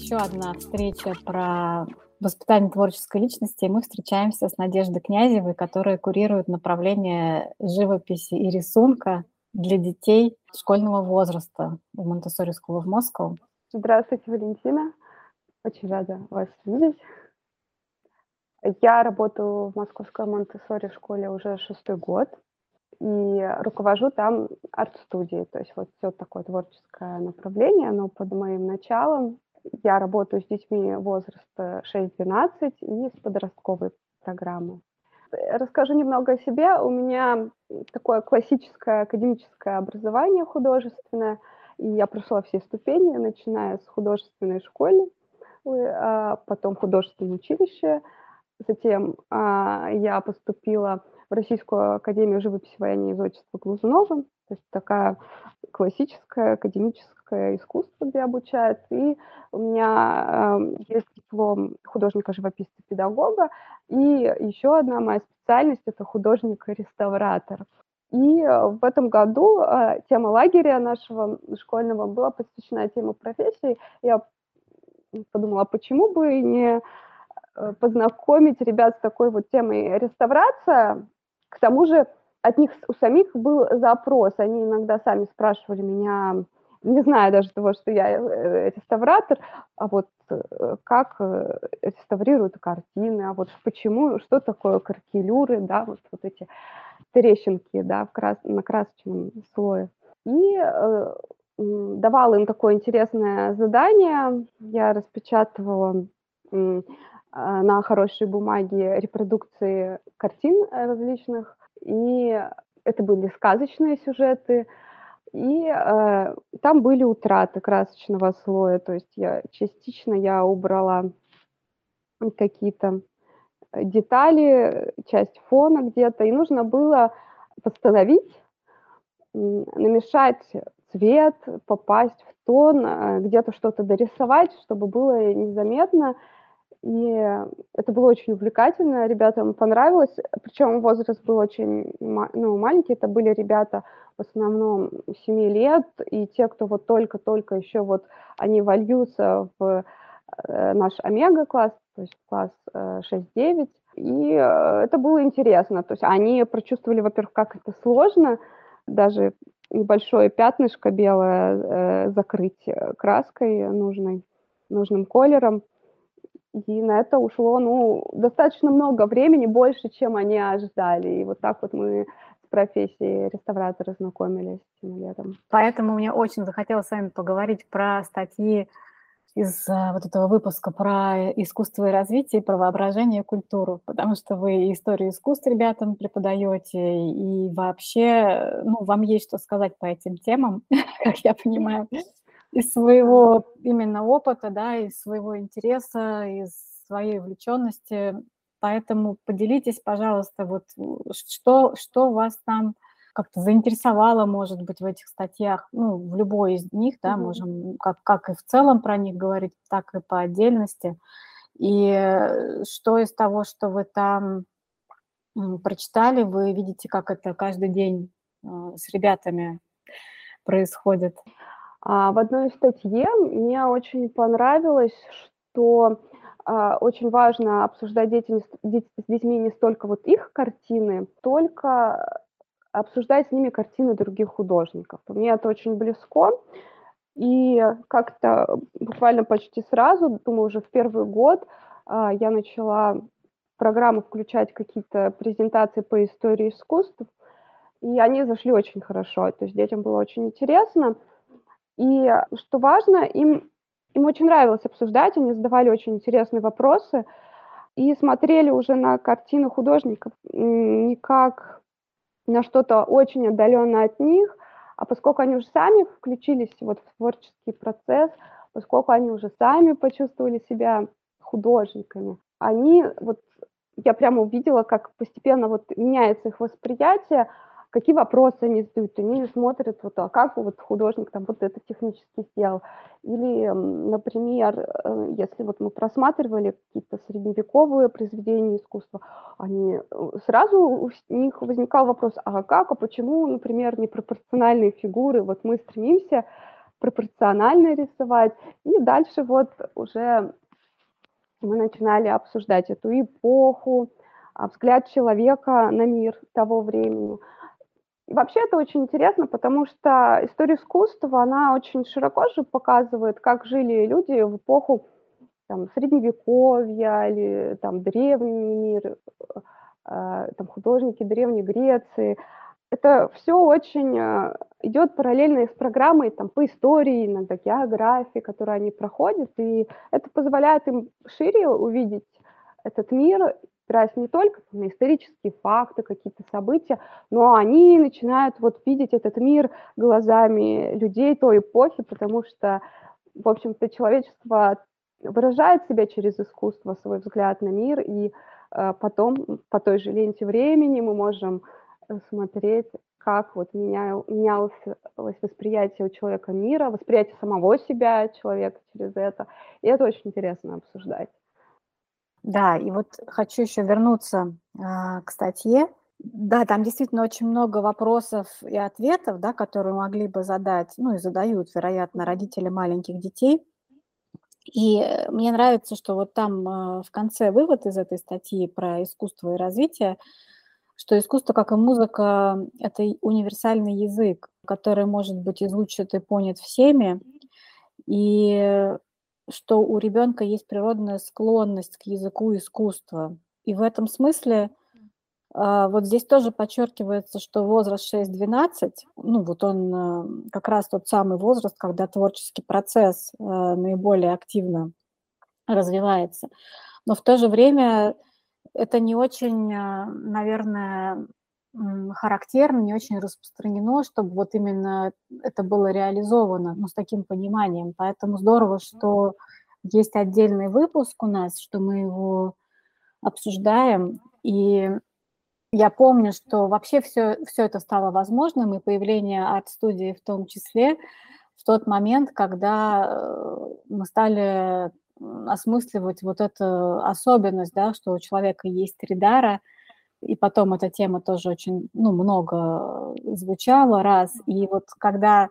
еще одна встреча про воспитание творческой личности. И мы встречаемся с Надеждой Князевой, которая курирует направление живописи и рисунка для детей школьного возраста в Монтессори School of Moscow. Здравствуйте, Валентина. Очень рада вас видеть. Я работаю в московской Монтессори школе уже 6-й год и руковожу там арт-студией. То есть вот все такое творческое направление, но под моим началом. Я работаю с детьми возраста 6-12 и с подростковой программой. Расскажу немного о себе. У меня такое классическое академическое образование художественное, и я прошла все ступени, начиная с художественной школы, потом художественное училище. Затем я поступила в Российскую академию живописи, ваяния и зодчества Глазунова, то есть такая классическое академическое искусство, где обучают. И у меня есть диплом художника-живописца-педагога, и еще одна моя специальность – это художник-реставратор. И в этом году тема лагеря нашего школьного была посвящена теме профессий. Я подумала, почему бы не познакомить ребят с такой вот темой реставрация. К тому же от них у самих был запрос. Они иногда сами спрашивали меня, не зная даже того, что я реставратор, а вот как реставрируют картины, а вот почему, что такое каркелюры, да, вот эти трещинки, да, на красочном слое. И давала им такое интересное задание. Я распечатывала на хорошей бумаге репродукции картин различных, и это были сказочные сюжеты, и там были утраты красочного слоя, то есть частично я убрала какие-то детали, часть фона где-то, и нужно было восстановить, намешать цвет, попасть в тон, где-то что-то дорисовать, чтобы было незаметно. И это было очень увлекательно, ребятам понравилось, причем возраст был очень маленький, это были ребята в основном 7 лет, и те, кто вот только-только еще вот они вольются в наш омега-класс, то есть класс 6-9, и это было интересно, то есть они прочувствовали, во-первых, как это сложно, даже небольшое пятнышко белое закрыть краской нужным колером. И на это ушло, достаточно много времени, больше, чем они ожидали. И вот так вот мы с профессией реставратора знакомились этим летом. Поэтому мне очень захотелось с вами поговорить про статьи из вот этого выпуска про искусство и развитие, про воображение и культуру, потому что вы историю искусств ребятам преподаете, и вообще, вам есть что сказать по этим темам, как я понимаю, из своего именно опыта, да, из своего интереса, из своей увлеченности. Поэтому поделитесь, пожалуйста, вот что вас там как-то заинтересовало, может быть, в этих статьях, в любой из них, да, можем как и в целом про них говорить, так и по отдельности. И что из того, что вы там прочитали, вы видите, как это каждый день с ребятами происходит? В одной статье мне очень понравилось, что очень важно обсуждать с детьми не столько вот их картины, только обсуждать с ними картины других художников. Мне это очень близко, и как-то буквально почти сразу, думаю, уже в первый год я начала в программу включать какие-то презентации по истории искусств, и они зашли очень хорошо, то есть детям было очень интересно. И что важно, им очень нравилось обсуждать, они задавали очень интересные вопросы и смотрели уже на картины художников не как на что-то очень отдаленное от них, а поскольку они уже сами включились вот в творческий процесс, поскольку они уже сами почувствовали себя художниками, я прямо увидела, как постепенно вот меняется их восприятие, какие вопросы они задают. Они смотрят, как вот художник там вот это технически сделал. Или, например, если вот мы просматривали какие-то средневековые произведения искусства, сразу у них возникал вопрос, а почему, например, непропорциональные фигуры? Вот мы стремимся пропорционально рисовать. И дальше вот уже мы начинали обсуждать эту эпоху, взгляд человека на мир того времени. И вообще это очень интересно, потому что история искусства, она очень широко же показывает, как жили люди в эпоху там, Средневековья или там древний мир, там художники Древней Греции. Это все очень идет параллельно с программой там, по истории, иногда географии, которую они проходят, и это позволяет им шире увидеть этот мир, опираясь не только на исторические факты, какие-то события, но они начинают вот видеть этот мир глазами людей той эпохи, потому что, в общем-то, человечество выражает себя через искусство, свой взгляд на мир, и потом по той же ленте времени мы можем смотреть, как вот менялось восприятие у человека мира, восприятие самого себя человека через это. И это очень интересно обсуждать. Да, и вот хочу еще вернуться к статье. Да, там действительно очень много вопросов и ответов, да, которые могли бы задать, ну и задают, вероятно, родители маленьких детей. И мне нравится, что вот там в конце вывод из этой статьи про искусство и развитие, что искусство, как и музыка, это универсальный язык, который может быть изучен и понят всеми, и что у ребенка есть природная склонность к языку искусства. И в этом смысле вот здесь тоже подчеркивается, что возраст 6-12, ну вот он как раз тот самый возраст, когда творческий процесс наиболее активно развивается. Но в то же время это не очень, наверное, характерно, не очень распространено, чтобы вот именно это было реализовано, ну, с таким пониманием. Поэтому здорово, что есть отдельный выпуск у нас, что мы его обсуждаем. И я помню, что вообще все это стало возможным, и появление арт-студии в том числе, в тот момент, когда мы стали осмысливать вот эту особенность, да, что у человека есть 3 дара, и потом эта тема тоже очень, ну, много звучала раз. И вот когда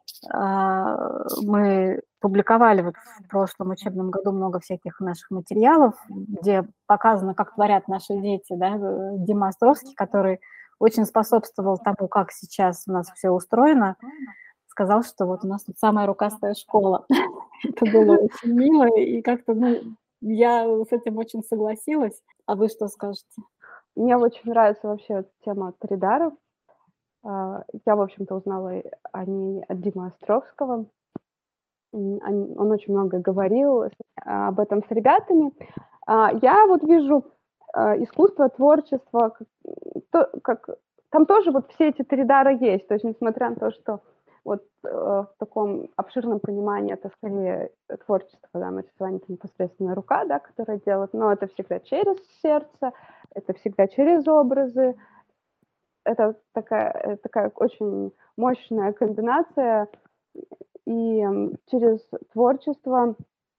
мы публиковали вот в прошлом учебном году много всяких наших материалов, где показано, как творят наши дети, да, Дима Островский, который очень способствовал тому, как сейчас у нас все устроено, сказал, что вот у нас тут самая рукастая школа. Это было очень мило, и как-то, ну, я с этим очень согласилась. А вы что скажете? Мне очень нравится вообще эта тема Тридаров. Я, в общем-то, узнала о ней от Димы Островского. Он очень много говорил об этом с ребятами. Я вот вижу искусство, творчество, как там тоже вот все эти 3 дара есть. То есть, несмотря на то, что вот в таком обширном понимании это скорее творчество, да, мы с вами непосредственно рука, да, которая делает, но это всегда через сердце, это всегда через образы. Это такая очень мощная комбинация, и через творчество,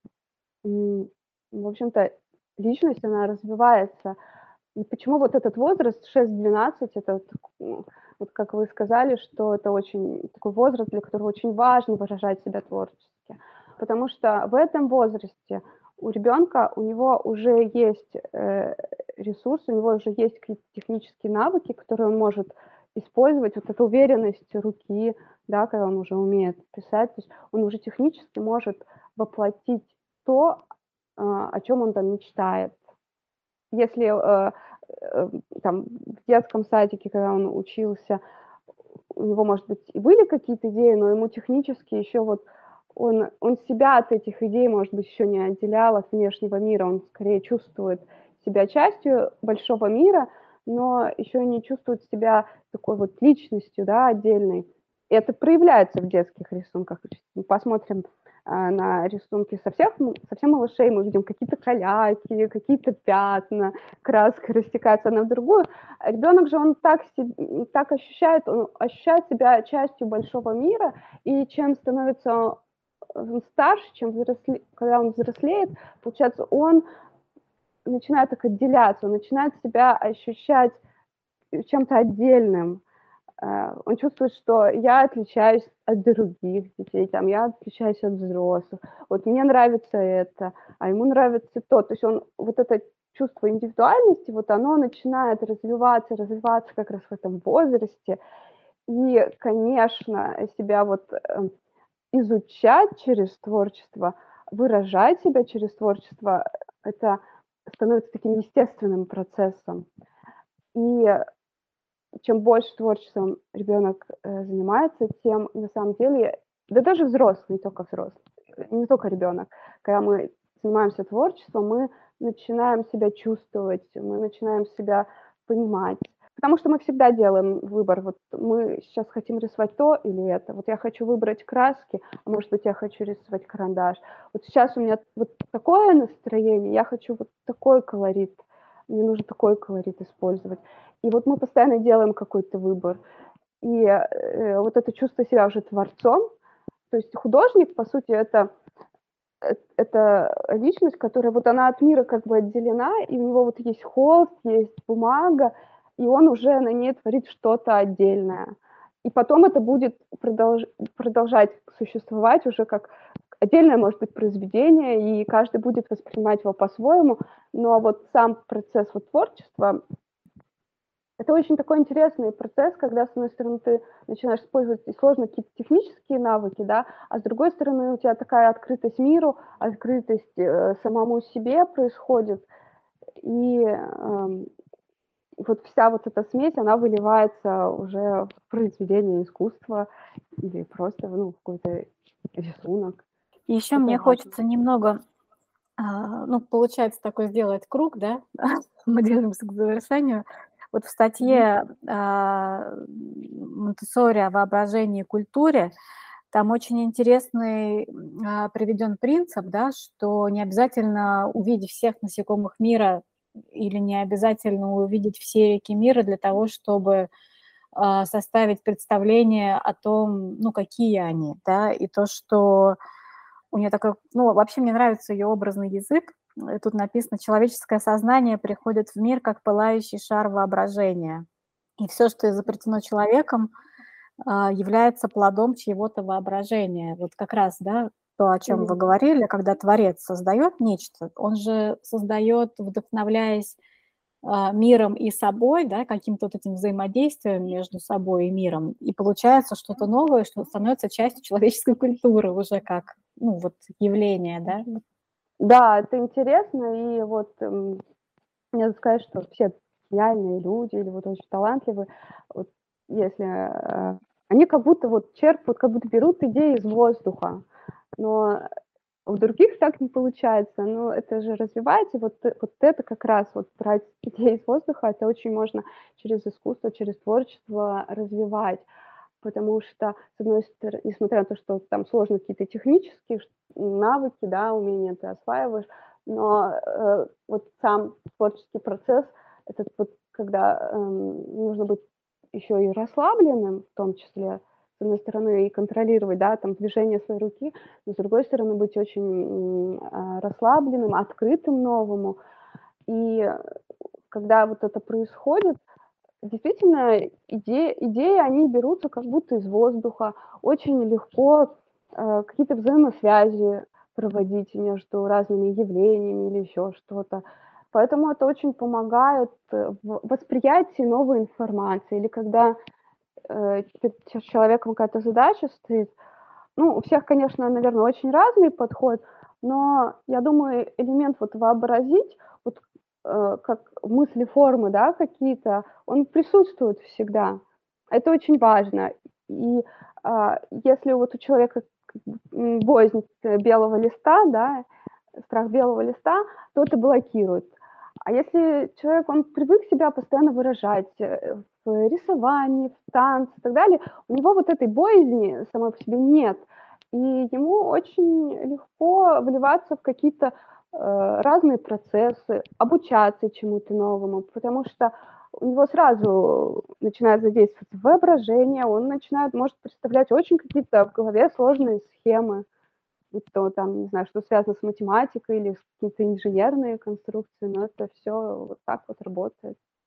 в общем-то, личность, она развивается. И почему вот этот возраст 6-12, это вот как вы сказали, что это очень такой возраст, для которого очень важно выражать себя творчески. Потому что в этом возрасте у ребенка, у него уже есть ресурс, у него уже есть какие-то технические навыки, которые он может использовать, вот эта уверенность руки, да, когда он уже умеет писать, то есть он уже технически может воплотить то, о чем он там мечтает. Если там в детском садике, когда он учился, у него, может быть, и были какие-то идеи, но ему технически еще вот он себя от этих идей, может быть, еще не отделял от внешнего мира, он скорее чувствует себя частью большого мира, но еще не чувствует себя такой вот личностью, да, отдельной. И это проявляется в детских рисунках. Мы посмотрим на рисунки совсем малышей, мы видим какие-то каляки, какие-то пятна, краска растекается одна в другую. А ребенок же, он так ощущает, он ощущает себя частью большого мира, и чем становится он старше, когда он взрослеет, получается, он начинает так отделяться, он начинает себя ощущать чем-то отдельным. Он чувствует, что я отличаюсь от других детей, там, я отличаюсь от взрослых. Вот мне нравится это, а ему нравится то. То есть он вот это чувство индивидуальности, вот оно начинает развиваться как раз в этом возрасте. И, конечно, себя вот изучать через творчество, выражать себя через творчество, это становится таким естественным процессом. И чем больше творчеством ребенок занимается, тем на самом деле, да даже взрослый, не только ребенок, когда мы занимаемся творчеством, мы начинаем себя чувствовать, мы начинаем себя понимать. Потому что мы всегда делаем выбор. Вот мы сейчас хотим рисовать то или это. Вот я хочу выбрать краски, а может быть, я хочу рисовать карандаш. Вот сейчас у меня вот такое настроение, я хочу вот такой колорит. Мне нужно такой колорит использовать. И вот мы постоянно делаем какой-то выбор. И вот это чувство себя уже творцом, то есть художник, по сути, это личность, которая вот она от мира как бы отделена, и у него вот есть холст, есть бумага, и он уже на ней творит что-то отдельное. И потом это будет продолжать существовать уже как отдельное, может быть, произведение, и каждый будет воспринимать его по-своему, но вот сам процесс вот творчества, это очень такой интересный процесс, когда, с одной стороны, ты начинаешь использовать сложные какие-то технические навыки, да, а с другой стороны, у тебя такая открытость миру, открытость самому себе происходит, и вот вся вот эта смесь, она выливается уже в произведение искусства или просто, ну, в какой-то рисунок. Еще Это мне важно. хочется немного, ну, получается, такой сделать круг, да, мы движемся к завершению. Вот в статье Монтессори о воображении и культуре там очень интересный приведен принцип, да, что не обязательно увидеть всех насекомых мира или не обязательно увидеть все реки мира для того, чтобы составить представление о том, ну, какие они, да, и то, что у нее такой, ну, вообще мне нравится ее образный язык. Тут написано: человеческое сознание приходит в мир как пылающий шар воображения. И все, что изобретено человеком, является плодом чьего-то воображения. Вот как раз, да, то, о чем вы говорили, когда творец создает нечто, он же создает, вдохновляясь миром и собой, да, каким-то вот этим взаимодействием между собой и миром, и получается что-то новое, что становится частью человеческой культуры уже как, ну, вот явление, да. Да, это интересно, и вот надо сказать, что все гениальные люди или вот очень талантливые, вот если они как будто вот черпают, как будто берут идеи из воздуха, но у других так не получается. Но это же развивается, вот это как раз вот брать идеи из воздуха, это очень можно через искусство, через творчество развивать. Потому что, с одной стороны, несмотря на то, что там сложно какие-то технические навыки, да, умения ты осваиваешь, но вот сам творческий процесс, этот вот, когда нужно быть еще и расслабленным, в том числе, с одной стороны, и контролировать, да, там, движение своей руки, но с другой стороны, быть очень расслабленным, открытым новому. И когда вот это происходит, действительно, идеи, они берутся как будто из воздуха. Очень легко какие-то взаимосвязи проводить между разными явлениями или еще что-то. Поэтому это очень помогает в восприятии новой информации. Или когда перед человеком какая-то задача стоит, ну, у всех, конечно, наверное, очень разный подход, но я думаю, элемент вот вообразить, вот как мысли, формы, да, какие-то, он присутствует всегда. Это очень важно. И если вот у человека боязнь белого листа, да, страх белого листа, то это блокирует. А если человек, он привык себя постоянно выражать в рисовании, в танце и так далее, у него вот этой боязни самой по себе нет. И ему очень легко вливаться в какие-то разные процессы, обучаться чему-то новому, потому что у него сразу начинает задействовать воображение, он начинает, может представлять очень какие-то в голове сложные схемы, будь то там, не знаю, что связано с математикой или с какие-то инженерные конструкции, но это все вот так вот работает.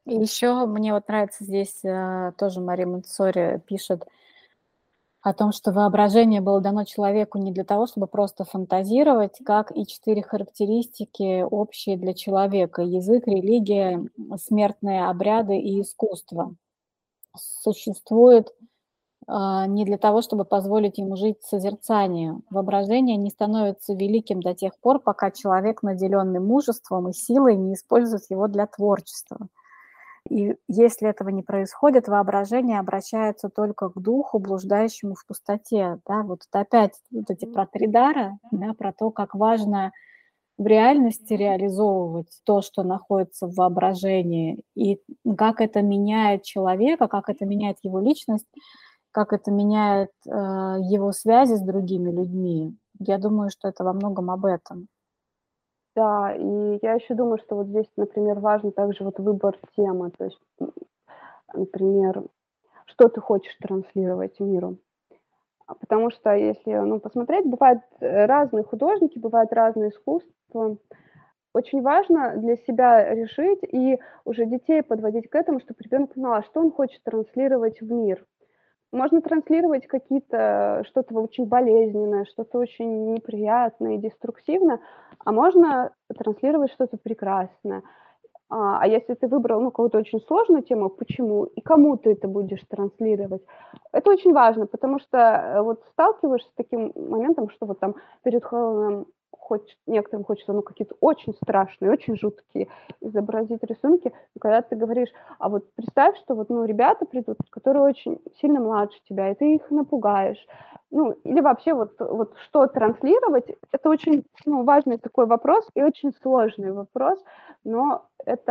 И еще мне вот нравится здесь тоже Мария Монтессори пишет о том, что воображение было дано человеку не для того, чтобы просто фантазировать, как и 4 характеристики общие для человека: язык, религия, смертные обряды и искусство. Существует не для того, чтобы позволить ему жить созерцанию. Воображение не становится великим до тех пор, пока человек, наделенный мужеством и силой, не использует его для творчества. И если этого не происходит, воображение обращается только к духу, блуждающему в пустоте. Да? Вот это опять вот эти про три дара, да, про то, как важно в реальности реализовывать то, что находится в воображении, и как это меняет человека, как это меняет его личность, как это меняет его связи с другими людьми. Я думаю, что это во многом об этом. Да, и я еще думаю, что вот здесь, например, важен также вот выбор темы. То есть, например, что ты хочешь транслировать миру. Потому что если, ну, посмотреть, бывают разные художники, бывают разные искусства. Очень важно для себя решить и уже детей подводить к этому, чтобы ребенок понимал, что он хочет транслировать в мир. Можно транслировать что-то очень болезненное, что-то очень неприятное, деструктивное, а можно транслировать что-то прекрасное. А если ты выбрал, ну, какую-то очень сложную тему, почему и кому ты это будешь транслировать? Это очень важно, потому что, вот сталкиваешься с таким моментом, что вот там перед Хэллоуином некоторым хочется, ну, какие-то очень страшные, очень жуткие изобразить рисунки. Но когда ты говоришь: "А вот представь, что вот, ну, ребята придут, которые очень сильно младше тебя, и ты их напугаешь". Ну, или вообще вот что транслировать — это очень, ну, важный такой вопрос и очень сложный вопрос, но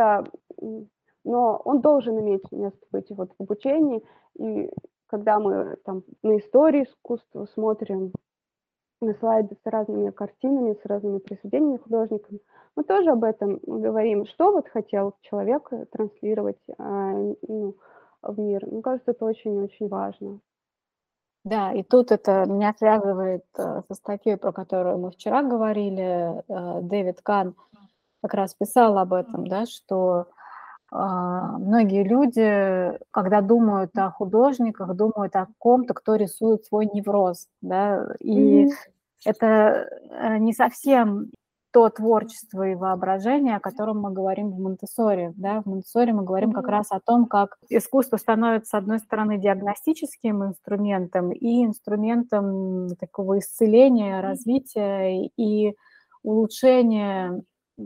но он должен иметь место быть вот в обучении. И когда мы там на истории искусства смотрим, на слайды с разными картинами, с разными произведениями художников, мы тоже об этом говорим, что вот хотел человек транслировать, ну, в мир. Мне кажется, это очень-очень важно. Да, и тут это меня связывает со статьей, про которую мы вчера говорили. Дэвид Кан как раз писал об этом, да, что многие люди, когда думают о художниках, думают о ком-то, кто рисует свой невроз, да, и Мгм. это не совсем то творчество и воображение, о котором мы говорим в Монтессори. Да? В Монтессори мы говорим как Мгм. раз о том, как искусство становится, с одной стороны, диагностическим инструментом и инструментом такого исцеления, развития и улучшения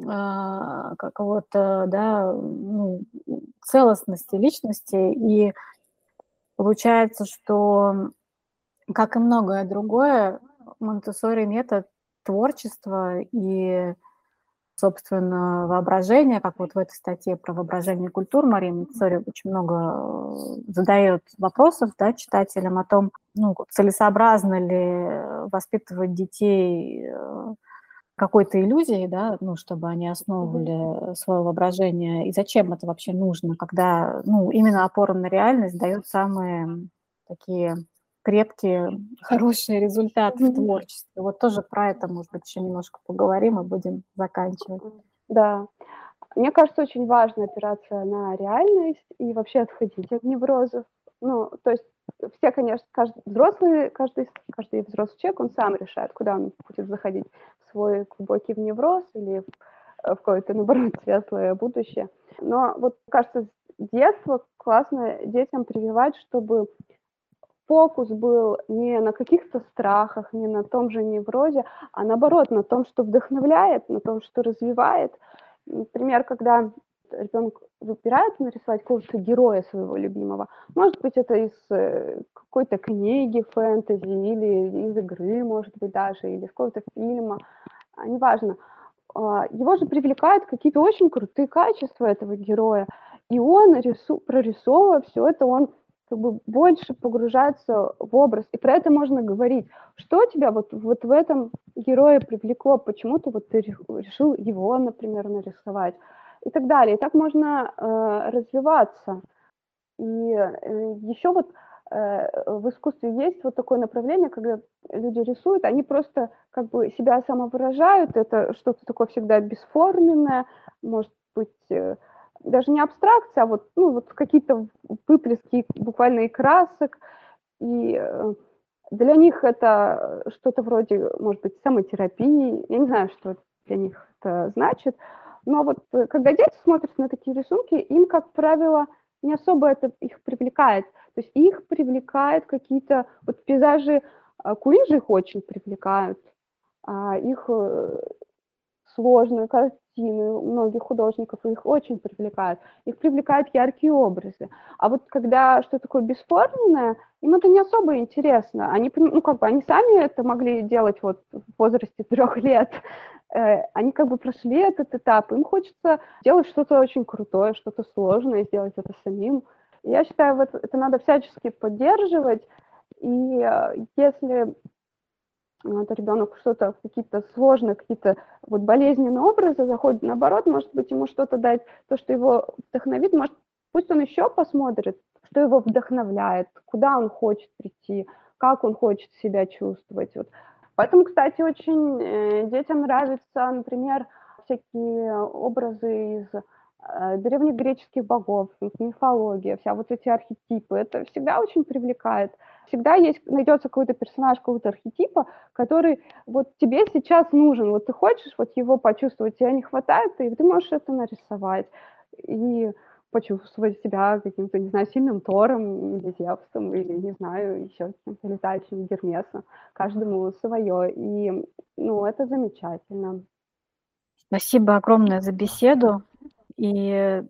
какого-то, да, ну, целостности личности. И получается, что, как и многое другое, Монтессори метод творчества и, собственно, воображения, как вот в этой статье про воображение культур Мария Монтессори очень много задает вопросов, да, читателям о том, ну, целесообразно ли воспитывать детей какой-то иллюзии, да, ну, чтобы они Мгм. основывали свое воображение, и зачем это вообще нужно, когда, ну, именно опора на реальность дает самые такие крепкие, хорошие результаты в Мгм. творчестве. Вот тоже про это, может быть, еще немножко поговорим и будем заканчивать. Да. Мне кажется, очень важно опираться на реальность и вообще отходить от неврозов. Ну, то есть все, конечно, каждый взрослый человек, он сам решает, куда он будет заходить, в свой глубокий невроз или в какое-то, наоборот, светлое будущее. Но вот, кажется, с детства классно детям прививать, чтобы фокус был не на каких-то страхах, не на том же неврозе, а наоборот, на том, что вдохновляет, на том, что развивает. Например, когда ребенок выбирает нарисовать какого-то героя своего любимого, может быть, это из какой-то книги фэнтези или из игры, может быть, даже, или из какого-то фильма, неважно. Его же привлекают какие-то очень крутые качества этого героя, и он, прорисовывая все это, он как бы больше погружается в образ. И про это можно говорить. Что тебя вот в этом герое привлекло? Почему ты решил его, например, нарисовать? И так далее. И так можно развиваться. И еще в искусстве есть вот такое направление, когда люди рисуют, они просто как бы себя самовыражают, это что-то такое всегда бесформенное, может быть, даже не абстракция, а вот, ну, вот какие-то выплески буквально и красок, и для них это что-то вроде, может быть, самотерапии. Я не знаю, что для них это значит. Но вот когда дети смотрят на такие рисунки, им, как правило, не особо это их привлекает. То есть их привлекают какие-то... Вот пейзажи Куинджи их очень привлекают. Их сложные картины у многих художников, их очень привлекают. Их привлекают яркие образы. А вот когда что-то такое бесформенное, им это не особо интересно. Они, ну, как бы, они сами это могли делать вот в возрасте 3 лет. Они как бы прошли этот этап. Им хочется делать что-то очень крутое, что-то сложное, сделать это самим. И я считаю, вот это надо всячески поддерживать. И если вот ребенок что-то, какие-то сложные, какие-то вот болезненные образы заходят, наоборот, может быть, ему что-то дать, то, что его вдохновит, может, пусть он еще посмотрит, что его вдохновляет, куда он хочет прийти, как он хочет себя чувствовать. Вот. Поэтому, кстати, очень детям нравятся, например, всякие образы из древнегреческих богов, мифология, вся вот эти архетипы, это всегда очень привлекает. Всегда найдется какой-то персонаж какого-то архетипа, который вот тебе сейчас нужен, вот ты хочешь вот его почувствовать, тебе не хватает, и ты можешь это нарисовать и почувствовать себя каким-то, не знаю, сильным Тором или Зевсом, или, не знаю, еще каким-то летающим Гермесом. Каждому свое, и, ну, это замечательно. Спасибо огромное за беседу. И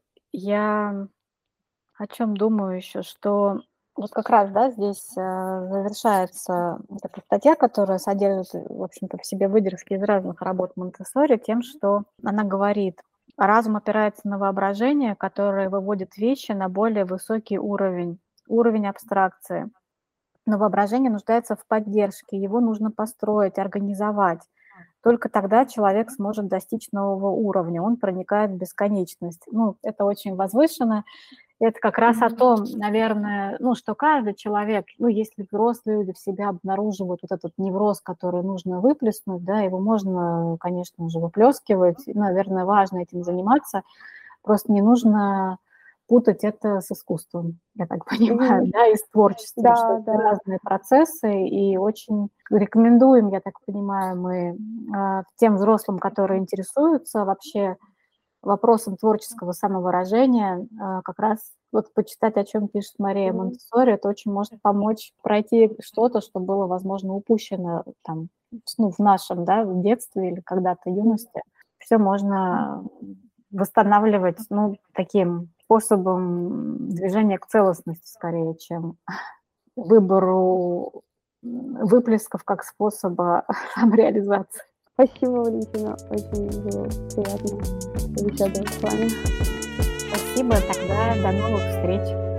я о чем думаю еще, что вот как раз, да, здесь завершается вот эта статья, которая содержит, в общем-то, в себе выдержки из разных работ Монтессори, тем, что она говорит, разум опирается на воображение, которое выводит вещи на более высокий уровень абстракции. Но воображение нуждается в поддержке, его нужно построить, организовать. Только тогда человек сможет достичь нового уровня, он проникает в бесконечность. Ну, это очень возвышенно. Это как раз о том, наверное, ну, что каждый человек, ну, если взрослые люди в себя обнаруживают вот этот невроз, который нужно выплеснуть, да, его можно, конечно же, выплескивать, и, наверное, важно этим заниматься, просто не нужно путать это с искусством, я так понимаю, да, и с творчеством, Да, что это да. разные процессы, и очень рекомендуем, я так понимаю, мы тем взрослым, которые интересуются вообще вопросом творческого самовыражения, как раз вот почитать, о чем пишет Мария Монтессори, это очень может помочь пройти что-то, что было, возможно, упущено там, ну, в нашем, да, в детстве или когда-то юности. Все можно восстанавливать, ну, таким способом движения к целостности скорее, чем выбору выплесков как способа самореализации. Спасибо, Валентина. Очень было приятно побеседовать с вами. Спасибо, тогда до новых встреч.